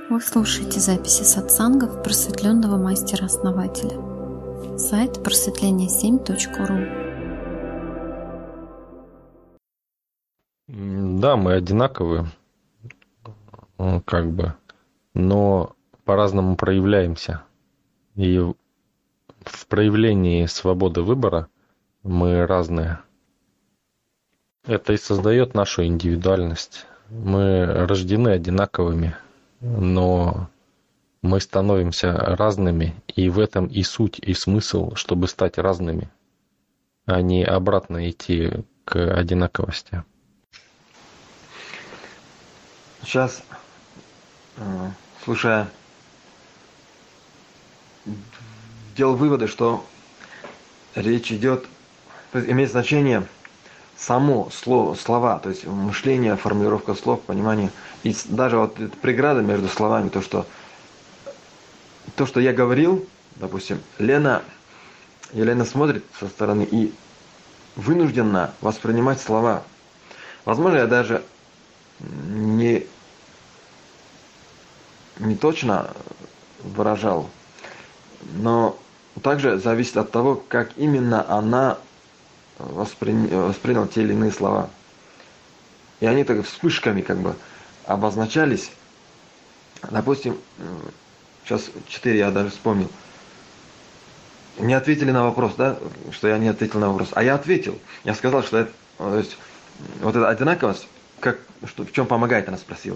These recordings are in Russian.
Вы слушаете записи сатсангов просветленного мастера-основателя. Сайт просветление7.ру. Да, мы одинаковые, но по-разному проявляемся. И в проявлении свободы выбора мы разные. Это и создает нашу индивидуальность. Мы рождены одинаковыми, но мы становимся разными, и в этом и суть, и смысл, чтобы стать разными, а не обратно идти к одинаковости. Сейчас, слушая, делал выводы, что речь идет, то есть имеет значение само слово, слова, то есть мышление, формулировка слов, понимание. И даже вот эта преграда между словами, то, что я говорил, допустим, Елена смотрит со стороны и вынуждена воспринимать слова. Возможно, я даже не точно выражал, но также зависит от того, как именно она восприняла те или иные слова. И они так вспышками обозначались. Допустим, сейчас 4 я даже вспомнил. Не ответили на вопрос, да, что я не ответил на вопрос. А я ответил. Я сказал, что то есть, вот эта одинаковость, в чем помогает, она спросила.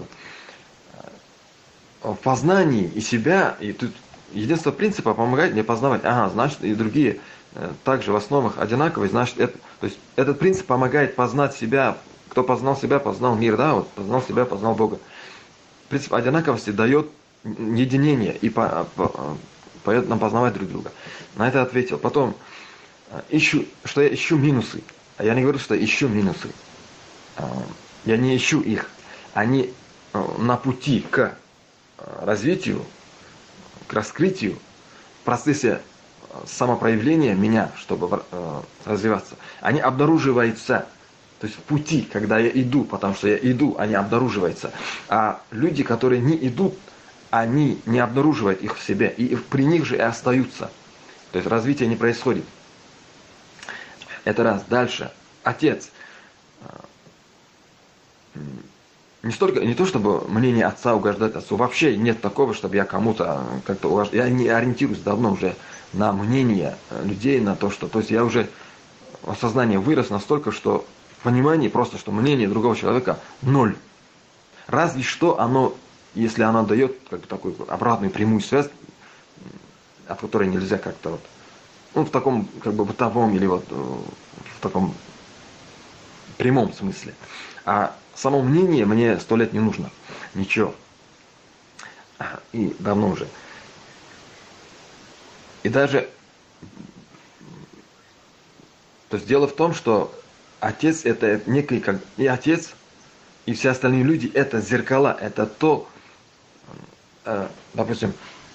В познании и себя, и тут единство принципа помогает мне познавать. Ага, значит, и другие также в основах одинаковые, значит, то есть этот принцип помогает познать себя. Кто познал себя, познал мир, да, вот познал себя, познал Бога. Принцип одинаковости дает единение и поет нам познавать друг друга. На это ответил. Потом, я ищу минусы. А я не говорю, что ищу минусы. Я не ищу их. Они на пути к развитию, к раскрытию, в процессе самопроявления меня, чтобы развиваться, они обнаруживаются. То есть в пути, когда я иду, потому что я иду, они обнаруживаются. А люди, которые не идут, они не обнаруживают их в себе, и при них же и остаются. То есть развитие не происходит. Это раз. Дальше. Отец. Не то, чтобы мнение отца угождать отцу. Вообще нет такого, чтобы я кому-то как-то угождал. Я не ориентируюсь давно уже на мнение людей, на то, что... То есть я уже в сознании вырос настолько, что в понимании просто, что мнение другого человека ноль. Разве что оно, если оно дает такую обратную прямую связь, от которой нельзя как-то в таком бытовом или в таком прямом смысле. А само мнение мне 100 лет не нужно. Ничего. И давно уже. И даже... То есть дело в том, что отец это некий... И отец, и все остальные люди это зеркала. Это допустим,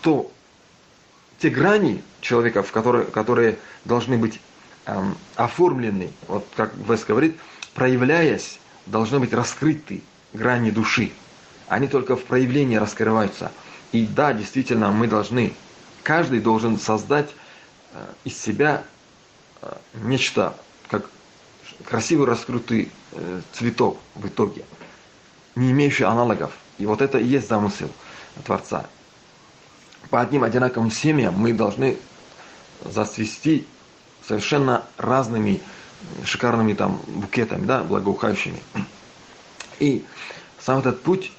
те грани человека, которые должны быть оформлены, вот как Вес говорит, проявляясь, должны быть раскрыты грани души. Они только в проявлении раскрываются. И да, действительно, каждый должен создать из себя нечто, как красивый раскрытый цветок в итоге, не имеющий аналогов. И вот это и есть замысел Творца. По одним одинаковым семьям мы должны зацвести совершенно разными шикарными букетами, да, благоухающими. И сам этот путь,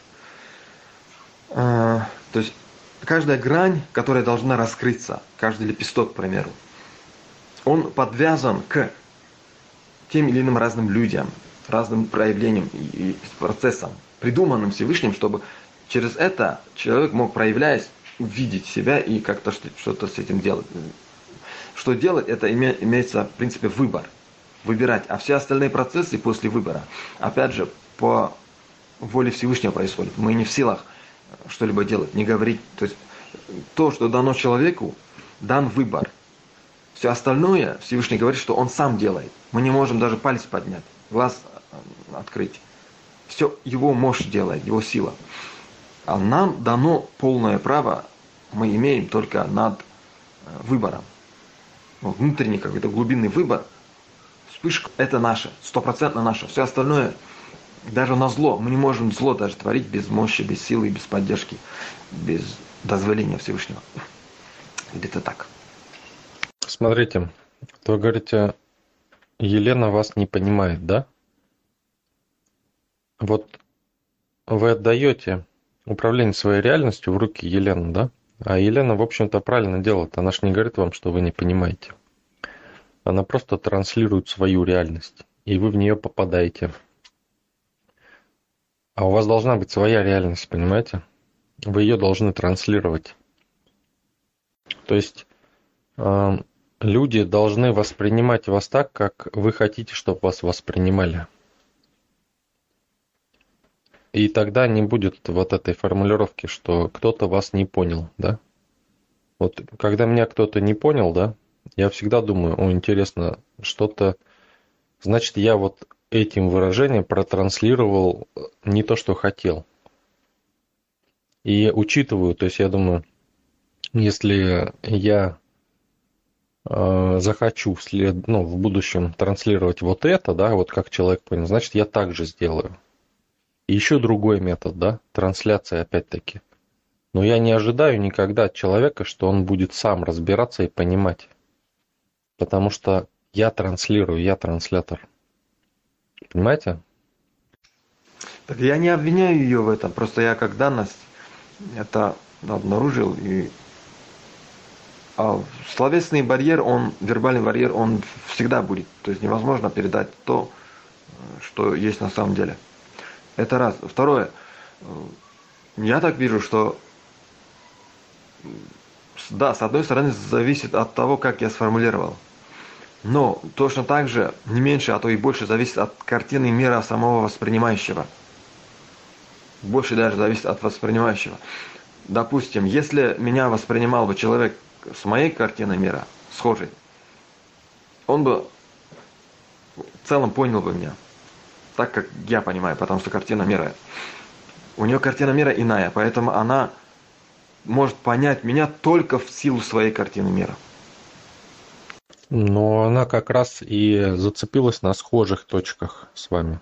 то есть каждая грань, которая должна раскрыться, каждый лепесток, к примеру, он подвязан к тем или иным разным людям, разным проявлениям и процессам, придуманным Всевышним, чтобы через это человек мог, проявляясь, увидеть себя и как-то что-то с этим делать. Что делать, это имеется, в принципе, выбор. Выбирать. А все остальные процессы после выбора, опять же, по воле Всевышнего происходят. Мы не в силах что-либо делать, не говорить. То есть то, что дано человеку, дан выбор. Все остальное Всевышний говорит, что он сам делает. Мы не можем даже палец поднять, глаз открыть. Все его мощь делает, его сила. А нам дано полное право, мы имеем только над выбором. Ну, внутренний какой-то глубинный выбор. Вспышка – это наше, 100% наше. Все остальное, даже на зло, мы не можем зло даже творить без мощи, без силы, без поддержки, без дозволения Всевышнего. Где-то так. Смотрите, вы говорите, Елена вас не понимает, да? Вот вы отдаете управление своей реальностью в руки Елены, да? А Елена, в общем-то, правильно делает. Она же не говорит вам, что вы не понимаете. Она просто транслирует свою реальность, и вы в нее попадаете. А у вас должна быть своя реальность, понимаете? Вы ее должны транслировать. То есть люди должны воспринимать вас так, как вы хотите, чтобы вас воспринимали. И тогда не будет вот этой формулировки, что кто-то вас не понял, да? Вот когда меня кто-то не понял, да, я всегда думаю, интересно, что-то... Значит, я вот этим выражением протранслировал не то, что хотел. И учитываю, то есть я думаю, если я захочу в будущем транслировать вот это, да, вот как человек понял, значит, я так же сделаю. И еще другой метод, да, трансляция опять-таки. Но я не ожидаю никогда от человека, что он будет сам разбираться и понимать. Потому что я транслирую, я транслятор. Понимаете? Так я не обвиняю ее в этом, просто я как данность это обнаружил. А словесный барьер, вербальный барьер, он всегда будет. То есть невозможно передать то, что есть на самом деле. Это раз. Второе. Я так вижу, что да, с одной стороны, зависит от того, как я сформулировал. Но точно так же, не меньше, а то и больше зависит от картины мира самого воспринимающего. Больше даже зависит от воспринимающего. Допустим, если меня воспринимал бы человек с моей картиной мира, схожей, он бы в целом понял бы меня. Так, как я понимаю, потому что картина мира... У нее картина мира иная, поэтому она может понять меня только в силу своей картины мира. Но она как раз и зацепилась на схожих точках с вами.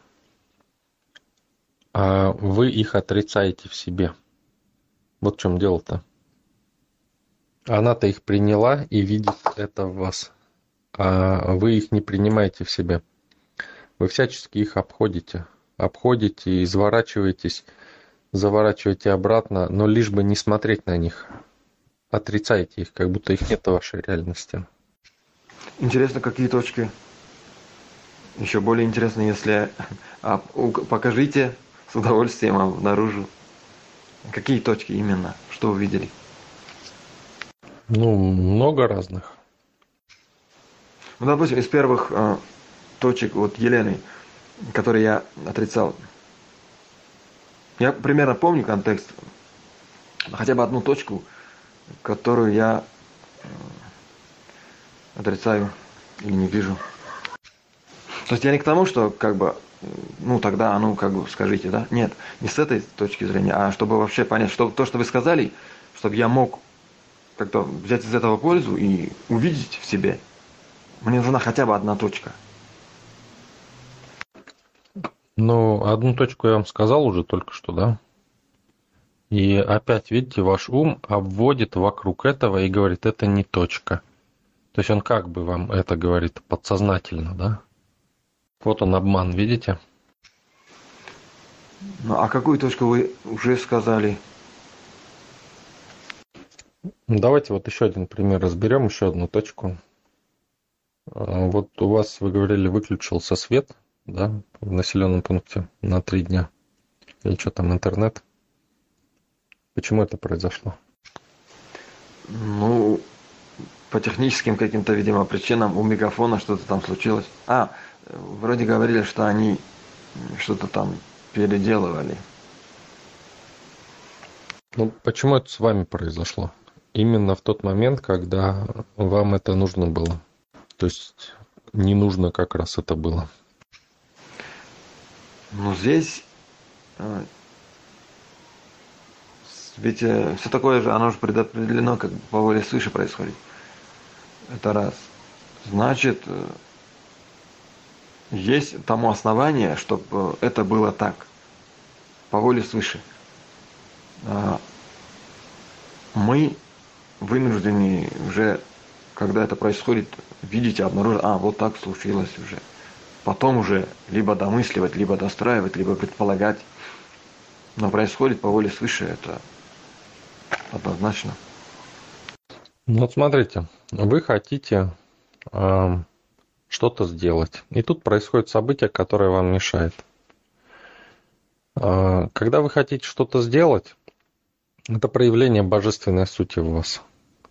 А вы их отрицаете в себе. Вот в чем дело-то. Она-то их приняла и видит это в вас. А вы их не принимаете в себе. Вы всячески их обходите. Обходите, изворачиваетесь, заворачиваете обратно, но лишь бы не смотреть на них. Отрицаете их, как будто их нет в вашей реальности. Интересно, какие точки? Еще более интересно, если... покажите, с удовольствием обнаружу. Какие точки именно? Что вы видели? Ну, много разных. Ну, допустим, из первых точек вот Елены, которые я отрицал. Я примерно помню контекст, хотя бы одну точку, которую я отрицаю или не вижу. То есть я не к тому, что как бы, тогда, как бы скажите, да? Нет, не с этой точки зрения, а чтобы вообще понять, что то, что вы сказали, чтобы я мог как-то взять из этого пользу и увидеть в себе. Мне нужна хотя бы одна точка. Ну, одну точку я вам сказал уже только что, да? И опять, видите, ваш ум обводит вокруг этого и говорит, это не точка. То есть он как бы вам это говорит подсознательно, да? Вот он обман, видите? Ну, а какую точку вы уже сказали? Давайте вот еще один пример разберем, еще одну точку. Вот у вас, вы говорили, выключился свет, да, в населенном пункте на 3 дня. Или что там, интернет? Почему это произошло? Ну, по техническим каким-то, видимо, причинам у Мегафона что-то там случилось. Вроде говорили, что они что-то там переделывали. Ну, почему это с вами произошло? Именно в тот момент, когда вам это нужно было. То есть не нужно как раз это было. Ну, здесь Ведь все такое же, оно же предопределено, как по воле свыше происходит. Это раз. Значит, есть тому основание, чтобы это было так, по воле свыше. Мы вынуждены уже, когда это происходит, видеть и обнаружить, вот так случилось уже. Потом уже либо домысливать, либо достраивать, либо предполагать. Но происходит по воле свыше, это однозначно. Ну вот смотрите, вы хотите что-то сделать, и тут происходит событие, которое вам мешает. Когда вы хотите что-то сделать, это проявление божественной сути в вас.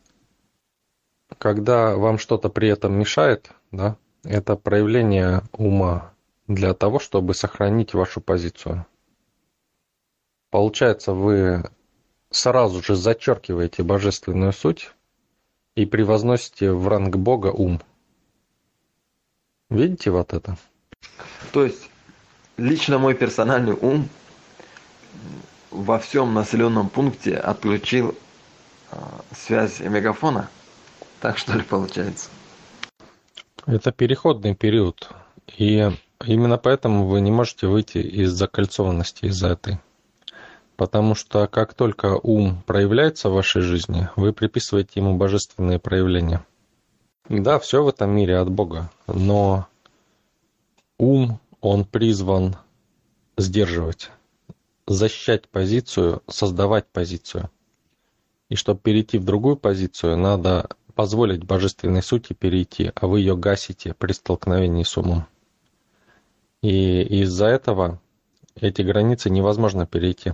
Когда вам что-то при этом мешает, да, это проявление ума для того, чтобы сохранить вашу позицию. Получается, вы сразу же зачеркиваете божественную суть и превозносите в ранг Бога ум. Видите вот это? То есть, лично мой персональный ум во всем населенном пункте отключил связь мегафона. Так что ли получается? Это переходный период. И именно поэтому вы не можете выйти из закольцованности из-за этой. Потому что как только ум проявляется в вашей жизни, вы приписываете ему божественные проявления. Да, все в этом мире от Бога, но ум, он призван сдерживать, защищать позицию, создавать позицию. И чтобы перейти в другую позицию, надо позволить божественной сути перейти, а вы ее гасите при столкновении с умом. И из-за этого эти границы невозможно перейти.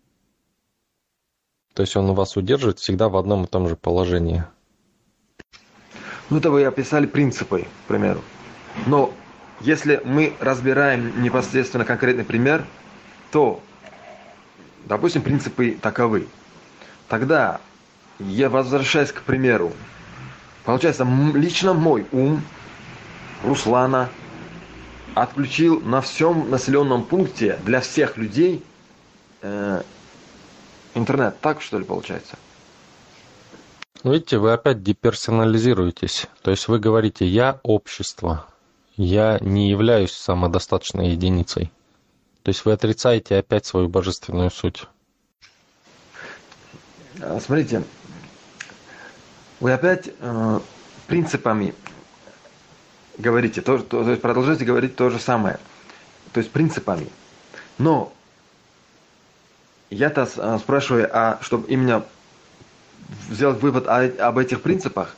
То есть он вас удерживает всегда в одном и том же положении. Ну, это вы описали принципы, к примеру. Но если мы разбираем непосредственно конкретный пример, то, допустим, принципы таковы. Тогда, я возвращаюсь к примеру, получается, лично мой ум, Руслана, отключил на всем населенном пункте для всех людей интернет. Так, что ли, получается? Видите, вы опять деперсонализируетесь. То есть вы говорите «я общество», «я не являюсь самодостаточной единицей». То есть вы отрицаете опять свою божественную суть. Смотрите, вы опять принципами говорите, то есть продолжаете говорить то же самое. То есть принципами. Но я-то спрашиваю, чтобы именно сделать вывод об этих принципах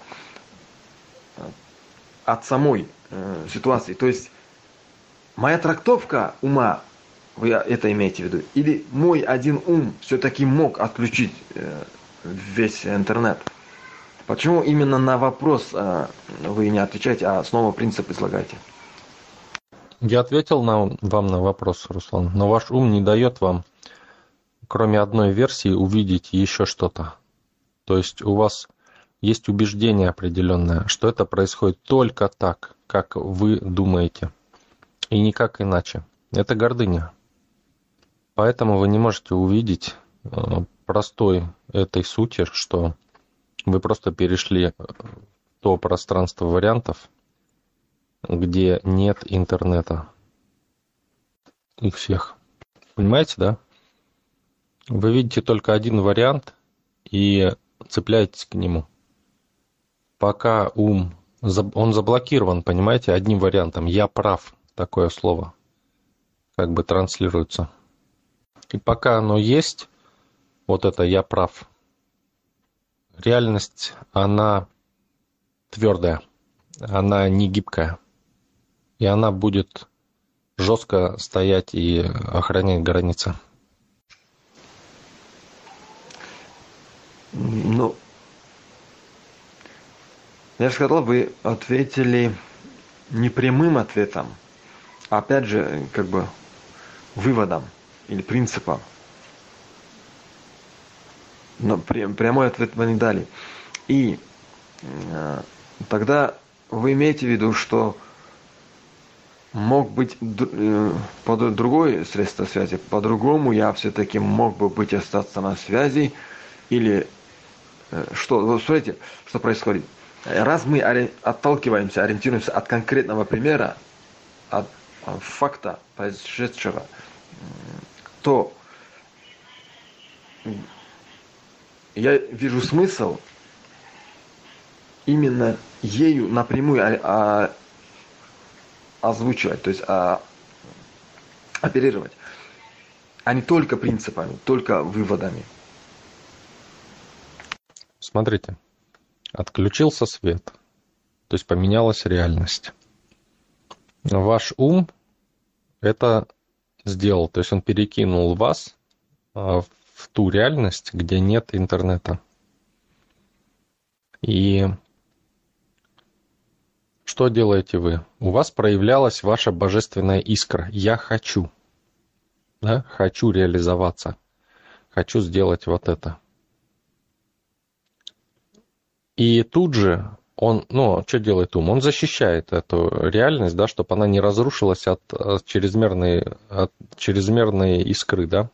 от самой ситуации. То есть моя трактовка ума, вы это имеете в виду, или мой один ум все-таки мог отключить весь интернет? Почему именно на вопрос вы не отвечаете, а снова принцип излагаете? Я ответил вам на вопрос, Руслан, но ваш ум не дает вам, кроме одной версии, увидеть еще что-то. То есть у вас есть убеждение определенное, что это происходит только так, как вы думаете, и никак иначе. Это гордыня. Поэтому вы не можете увидеть простой этой сути, что вы просто перешли в то пространство вариантов, где нет интернета. Их всех. Понимаете, да? Вы видите только один вариант и цепляетесь к нему. Пока ум, он заблокирован, понимаете, одним вариантом. «Я прав», такое слово, как бы транслируется. И пока оно есть, вот это «я прав», реальность, она твердая, она не гибкая. И она будет жестко стоять и охранять границы. Ну, я же сказал, вы ответили не прямым ответом, а опять же, как бы, выводом или принципом. Но прямой ответ вы не дали. И тогда вы имеете в виду, что мог быть под другое средство связи, по-другому я все-таки мог бы быть остаться на связи, или что, вот смотрите, что происходит. Раз мы отталкиваемся, ориентируемся от конкретного примера, от факта произошедшего, то я вижу смысл именно ею напрямую озвучивать, то есть оперировать, а не только принципами, только выводами. Смотрите, отключился свет, то есть поменялась реальность. Ваш ум это сделал, то есть он перекинул вас в ту реальность, где нет интернета. И что делаете вы? У вас проявлялась ваша божественная искра. Я хочу. Да? Хочу реализоваться. Хочу сделать вот это. И тут же он, что делает ум? Он защищает эту реальность, да, чтобы она не разрушилась от чрезмерной искры, да.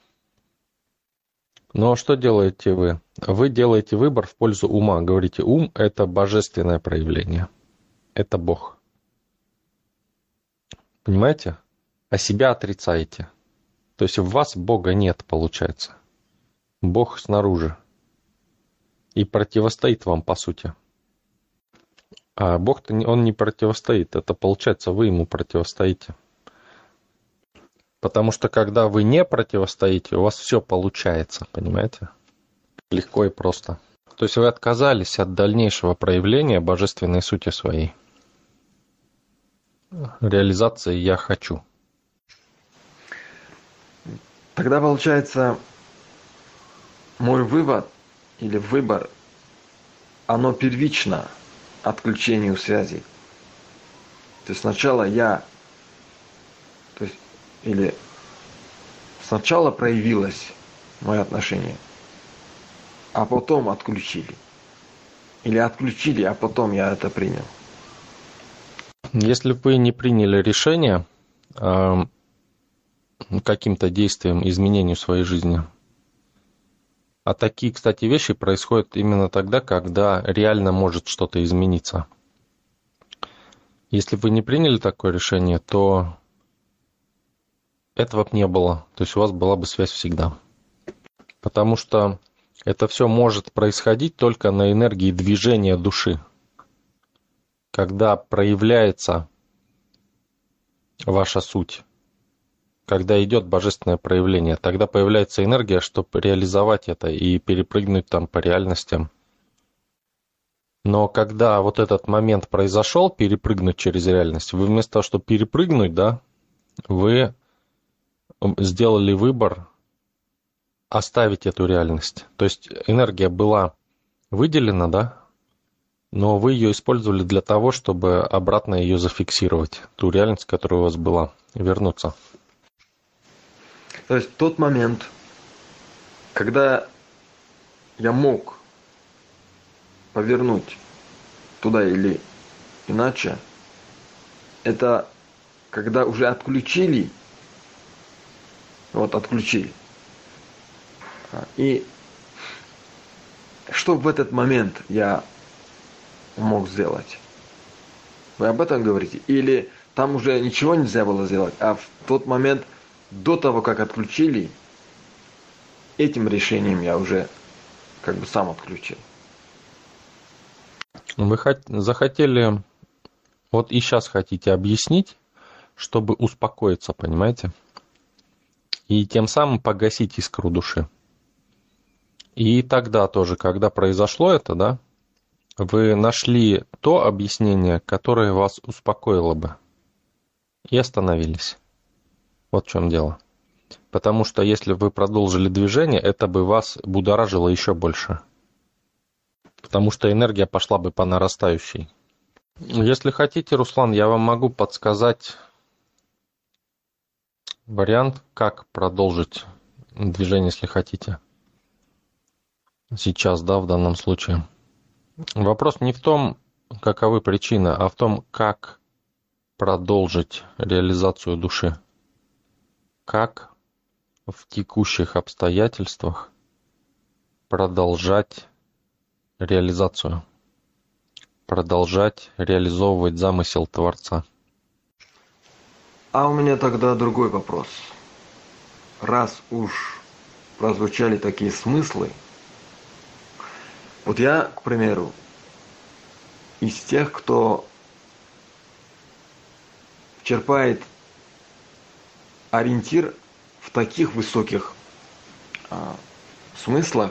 Но что делаете вы? Вы делаете выбор в пользу ума. Говорите, ум – это божественное проявление. Это Бог. Понимаете? А себя отрицаете. То есть в вас Бога нет, получается. Бог снаружи. И противостоит вам, по сути. А Бог-то он не противостоит. Это получается, вы ему противостоите. Потому что когда вы не противостоите, у вас все получается, понимаете? Легко и просто. То есть вы отказались от дальнейшего проявления божественной сути своей. Реализации «я хочу». Тогда получается, мой вывод или выбор, оно первично отключению связи. То есть сначала или сначала проявилось мое отношение, а потом отключили. Или отключили, а потом я это принял. Если вы не приняли решение каким-то действием, изменению своей жизни, а такие, кстати, вещи происходят именно тогда, когда реально может что-то измениться. Если вы не приняли такое решение, то этого бы не было. То есть у вас была бы связь всегда. Потому что это все может происходить только на энергии движения души. Когда проявляется ваша суть, когда идет божественное проявление, тогда появляется энергия, чтобы реализовать это и перепрыгнуть там по реальностям. Но когда вот этот момент произошел, перепрыгнуть через реальность, вы вместо того, чтобы перепрыгнуть, да, вы сделали выбор оставить эту реальность. То есть энергия была выделена, да, но вы ее использовали для того, чтобы обратно ее зафиксировать, ту реальность, которая у вас была, и вернуться. То есть тот момент, когда я мог повернуть туда или иначе, это когда уже отключили. И что в этот момент я мог сделать? Вы об этом говорите? Или там уже ничего нельзя было сделать, а в тот момент, до того, как отключили, этим решением я уже как бы сам отключил? Вы захотели, вот и сейчас хотите объяснить, чтобы успокоиться, понимаете? И тем самым погасить искру души. И тогда тоже, когда произошло это, да, вы нашли то объяснение, которое вас успокоило бы, и остановились. Вот в чем дело. Потому что если вы продолжили движение, это бы вас будоражило еще больше. Потому что энергия пошла бы по нарастающей. Если хотите, Руслан, я вам могу подсказать вариант, как продолжить движение, если хотите. Сейчас, да, в данном случае. Вопрос не в том, каковы причины, а в том, как продолжить реализацию души? Как в текущих обстоятельствах продолжать реализацию? Продолжать реализовывать замысел Творца? А у меня тогда другой вопрос. Раз уж прозвучали такие смыслы, вот я, к примеру, из тех, кто черпает ориентир в таких высоких смыслах,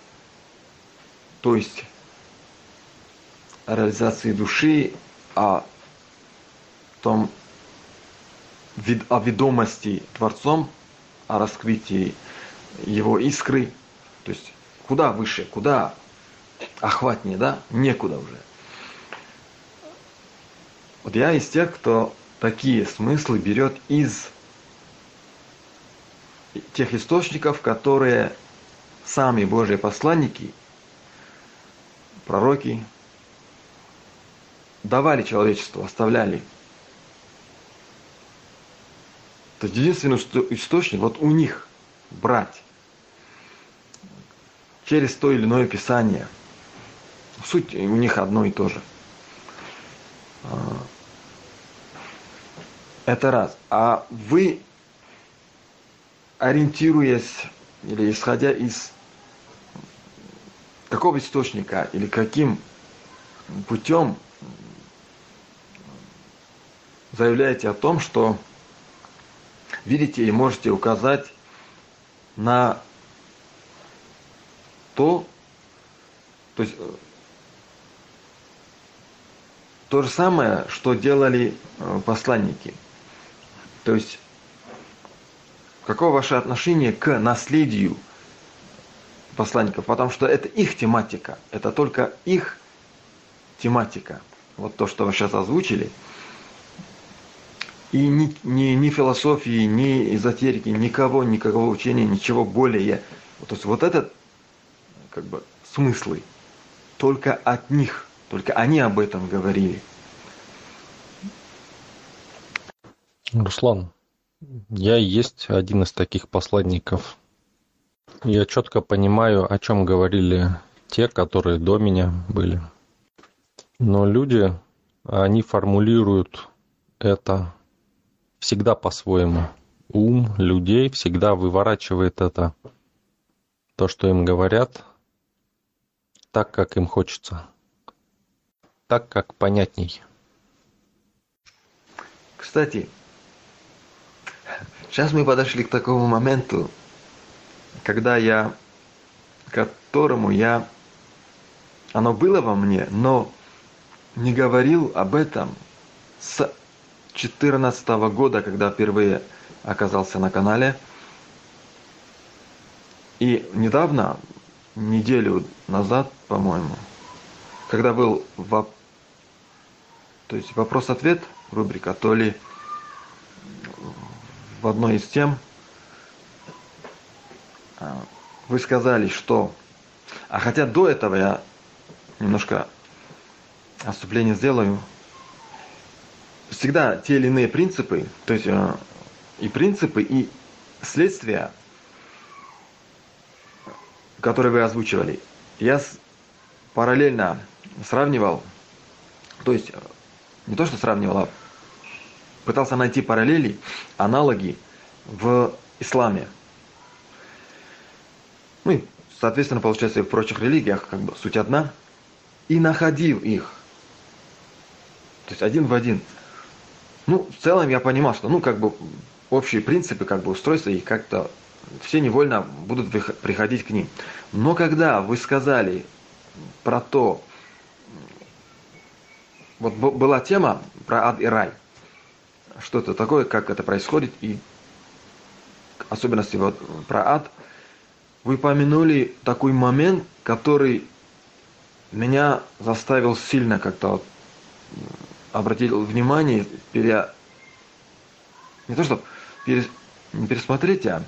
то есть реализации души, о ведомости Творцом, о раскрытии его искры, то есть куда выше, куда охватнее, да, некуда уже. Вот я из тех, кто такие смыслы берет из тех источников, которые сами Божьи посланники, пророки, давали человечеству, оставляли. То есть единственный источник вот у них брать через то или иное писание. Суть у них одно и то же. Это раз. А вы, ориентируясь или исходя из какого источника или каким путем заявляете о том, что видите и можете указать на то есть то же самое, что делали посланники. То есть каково ваше отношение к наследию посланников? Потому что это их тематика, это только их тематика. Вот то, что вы сейчас озвучили. И ни философии, ни эзотерики, никакого учения, ничего более. То есть вот этот как бы смыслы только от них, только они об этом говорили. Руслан, я и есть один из таких посланников. Я четко понимаю, о чем говорили те, которые до меня были. Но люди, они формулируют это всегда по-своему. Ум людей всегда выворачивает это, то, что им говорят, так, как им хочется, так, как понятней. Кстати, сейчас мы подошли к такому моменту, оно было во мне, но не говорил об этом с 2014 года, когда впервые оказался на канале. И недавно, неделю назад, по-моему, когда был то есть вопрос-ответ, рубрика, то ли в одной из тем вы сказали, что... А хотя до этого я немножко отступление сделаю. Всегда те или иные принципы, то есть и принципы, и следствия, которые вы озвучивали, я параллельно сравнивал, то есть не то, что сравнивал, а пытался найти параллели, аналоги в исламе. Ну и, соответственно, получается, и в прочих религиях как бы суть одна. И находил их. То есть один в один. Ну, в целом я понимал, что, как бы, общие принципы, как бы, устройства, и как-то все невольно будут приходить к ним. Но когда вы сказали про то, вот была тема про ад и рай, что это такое, как это происходит, и особенности вот про ад, вы помянули такой момент, который меня заставил сильно как-то вот обратил внимание, не то что не пересмотреть, а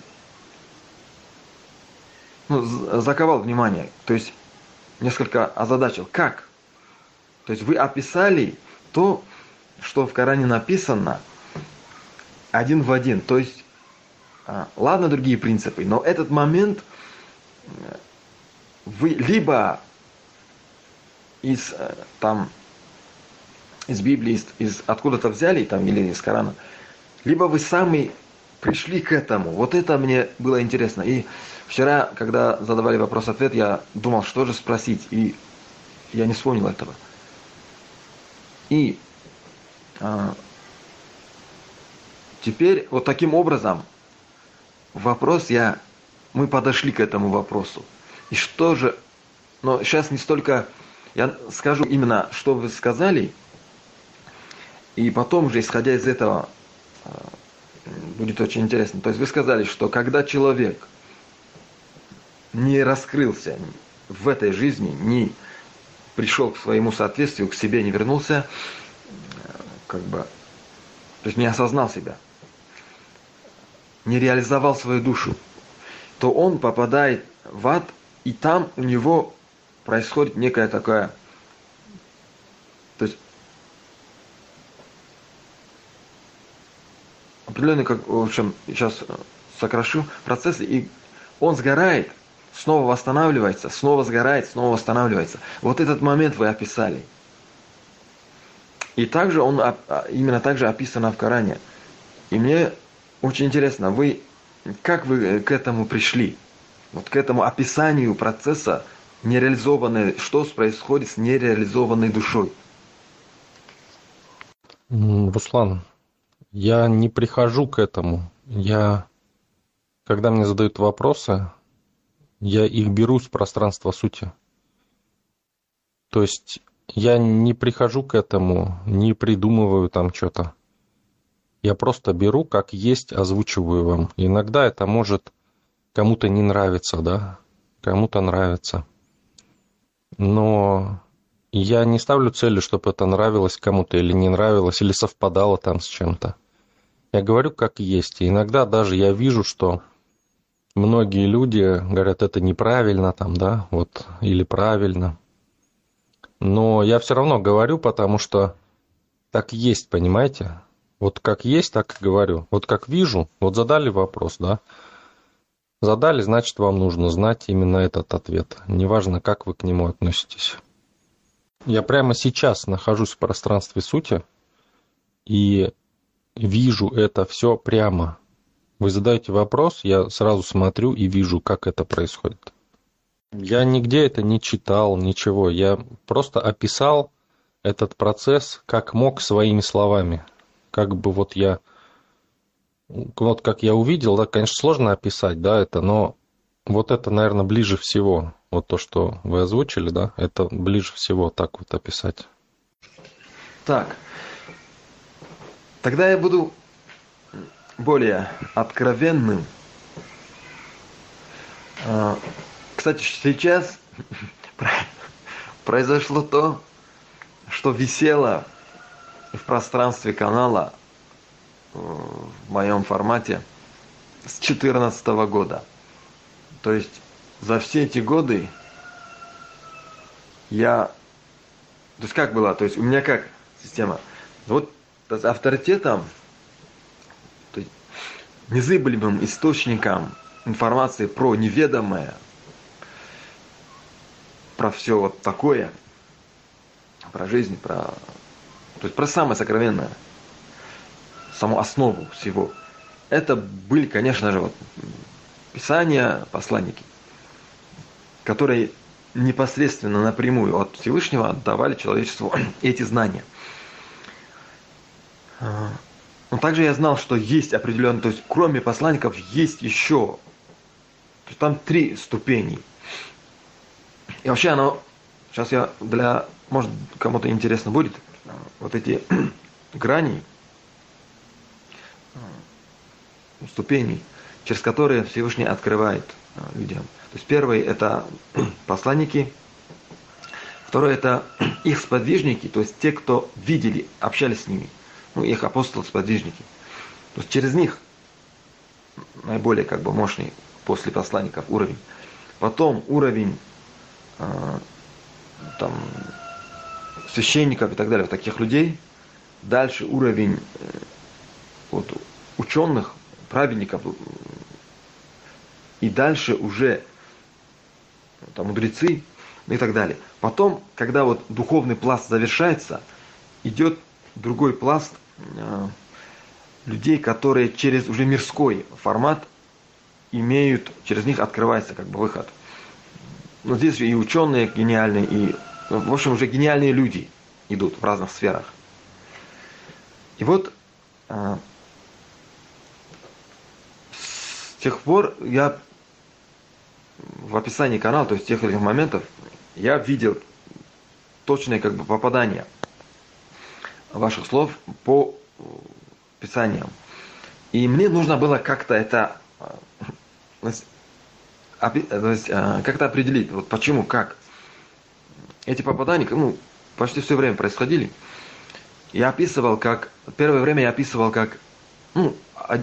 заковал внимание, то есть несколько озадачил. Как? То есть вы описали то, что в Коране написано, один в один. То есть, ладно, другие принципы, но этот момент вы либо из Библии, из откуда-то взяли, там, или из Корана, либо вы сами пришли к этому. Вот это мне было интересно. И вчера, когда задавали вопрос-ответ, я думал, что же спросить, и я не вспомнил этого. И теперь вот таким образом мы подошли к этому вопросу. И что же, но сейчас не столько, я скажу именно, что вы сказали, и потом уже, исходя из этого, будет очень интересно. То есть вы сказали, что когда человек не раскрылся в этой жизни, не пришел к своему соответствию, к себе не вернулся, то есть не осознал себя, не реализовал свою душу, то он попадает в ад, и там у него происходит некая такая, то есть определенный, в общем, сейчас сокращу процессы, и он сгорает, снова восстанавливается, снова сгорает, снова восстанавливается. Вот этот момент вы описали. И также именно так же описано в Коране. И мне очень интересно, как вы к этому пришли? Вот к этому описанию процесса нереализованной, что происходит с нереализованной душой? Руслан, я не прихожу к этому. Когда мне задают вопросы, я их беру с пространства сути. То есть я не прихожу к этому, не придумываю там что-то. Я просто беру, как есть, озвучиваю вам. Иногда это может кому-то не нравиться, да, кому-то нравится. Но я не ставлю цели, чтобы это нравилось кому-то или не нравилось, или совпадало там с чем-то. Я говорю, как есть. И иногда даже я вижу, что многие люди говорят, это неправильно там, да, вот, или правильно. Но я все равно говорю, потому что так есть, понимаете? Вот как есть, так и говорю. Вот как вижу, вот задали вопрос, да. Задали, значит, вам нужно знать именно этот ответ. Неважно, как вы к нему относитесь. Я прямо сейчас нахожусь в пространстве сути и вижу это все прямо. Вы задаете вопрос, я сразу смотрю и вижу, как это происходит. Я нигде это не читал, ничего. Я просто описал этот процесс как мог своими словами. Как бы вот как я увидел, да, конечно, сложно описать, да, это, но вот это, наверное, ближе всего. Вот то, что вы озвучили, да, это ближе всего так вот описать. Так, тогда я буду более откровенным. Кстати, сейчас произошло то, что висело в пространстве канала в моем формате с 2014 года. То есть за все эти годы то есть как было, то есть у меня как система, вот с авторитетом, то есть незыблемым источником информации про неведомое, про все вот такое, про жизнь, то есть про самое сокровенное, саму основу всего. Это были, конечно же, Писания, посланники, которые непосредственно напрямую от Всевышнего отдавали человечеству эти знания. Но также я знал, что есть определенные, то есть кроме посланников есть еще, то есть там 3 ступени. И вообще сейчас может кому-то интересно будет, вот эти грани, ступеней, через которые Всевышний открывает людям. То есть первый это посланники, второй это их сподвижники, то есть те, кто видели, общались с ними, их апостолы-сподвижники. То есть через них наиболее мощный после посланников уровень. Потом уровень священников и так далее, таких людей, дальше уровень вот, ученых, праведников, и дальше уже там, мудрецы и так далее. Потом, когда вот духовный пласт завершается, идет другой пласт людей, которые через уже мирской формат имеют, через них открывается как бы выход. Но здесь же и ученые гениальные, и, в общем, уже гениальные люди идут в разных сферах. И вот с тех пор я в описании канала, то есть тех или иных моментов, я видел точное как бы попадание ваших слов по Писаниям. И мне нужно было как-то это как-то определить, вот почему, как. Эти попадания, ну, почти все время происходили. Я описывал, как, первое время я описывал, как, ну,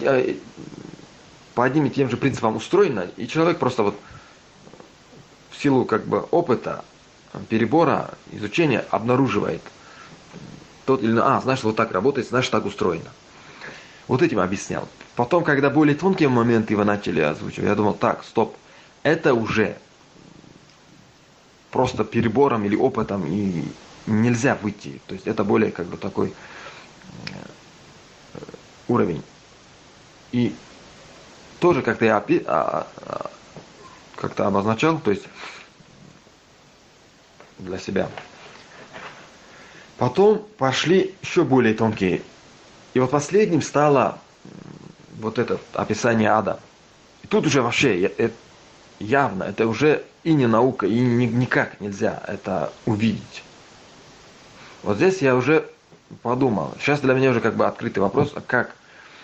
по одним и тем же принципам устроено, и человек просто вот в силу как бы опыта, перебора, изучения обнаруживает тот или иной, значит, вот так работает, значит, так устроено. Вот этим объяснял. Потом, когда более тонкие моменты вы начали озвучивать, я думал, так, стоп, это уже просто перебором или опытом и нельзя выйти. То есть это более как бы такой уровень. И тоже как-то я как-то обозначал, то есть для себя. Потом пошли еще более тонкие. И вот последним стало вот это описание ада. И тут уже вообще явно, это уже и не наука, и никак нельзя это увидеть. Вот здесь я уже подумал. Сейчас для меня уже как бы открытый вопрос, а как?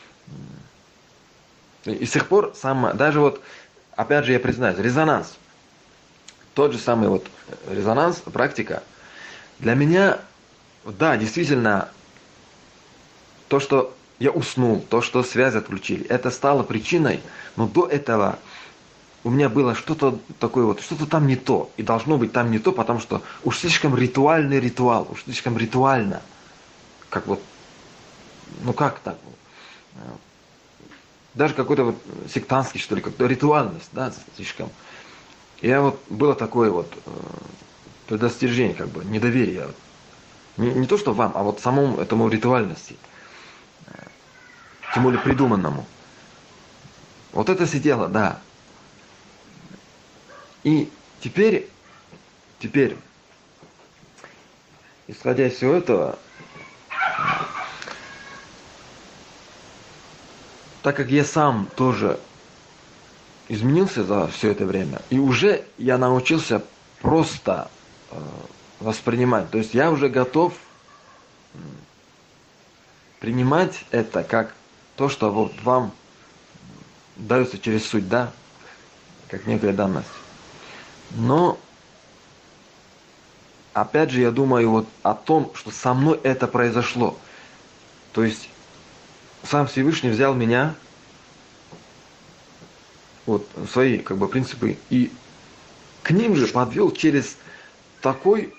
И с тех пор даже вот, опять же я признаюсь, резонанс. Тот же самый вот резонанс, практика. Для меня, да, действительно, то, что я уснул, то, что связь отключили, это стало причиной, но до этого у меня было что-то такое вот, что-то там не то. И должно быть там не то, потому что уж слишком ритуальный ритуал, уж слишком ритуально. Как вот, ну как так? Даже какой-то вот сектантский, что ли, как-то ритуальность, да, слишком. И я вот, было такое вот предостережение, как бы, недоверие. Не то, что вам, а вот самому этому ритуальности. Тем более придуманному. Вот это сидело, да. И теперь, исходя из всего этого, так как я сам тоже изменился за все это время, и уже я научился просто воспринимать. То есть я уже готов принимать это как то, что вот вам дается через суть, да, как некая данность. Но, опять же, я думаю вот о том, что со мной это произошло. То есть, сам Всевышний взял меня, вот, свои, как бы, принципы, и к ним же подвел через такой,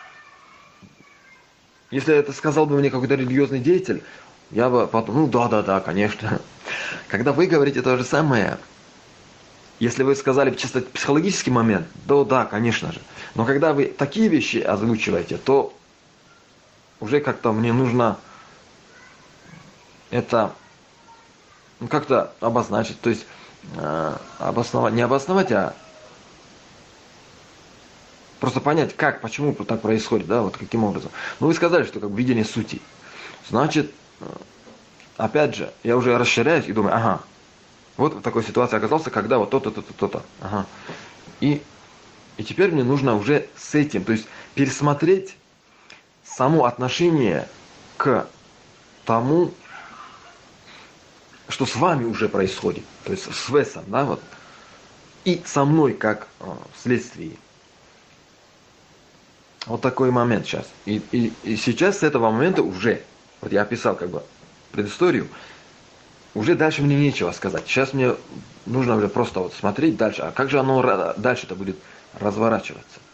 если это сказал бы мне какой-то религиозный деятель, я бы подумал, ну да, конечно. Когда вы говорите то же самое, если вы сказали чисто психологический момент, да, конечно же. Но когда вы такие вещи озвучиваете, то уже как-то мне нужно это как-то обозначить. То есть обосновать, не обосновать, а просто понять, как, почему так происходит, да, вот каким образом. Ну, вы сказали, что как бы видение сути. Значит, опять же, я уже расширяюсь и думаю, ага, вот в такой ситуации оказался, когда вот то-то, то-то, то-то. Ага. И теперь мне нужно уже с этим, то есть пересмотреть само отношение к тому, что с вами уже происходит. То есть с Весом, да, вот. И со мной как вследствие. Вот такой момент сейчас. И сейчас с этого момента уже, вот я описал как бы предысторию, уже дальше мне нечего сказать. Сейчас мне нужно уже просто вот смотреть дальше. А как же оно дальше-то будет разворачиваться?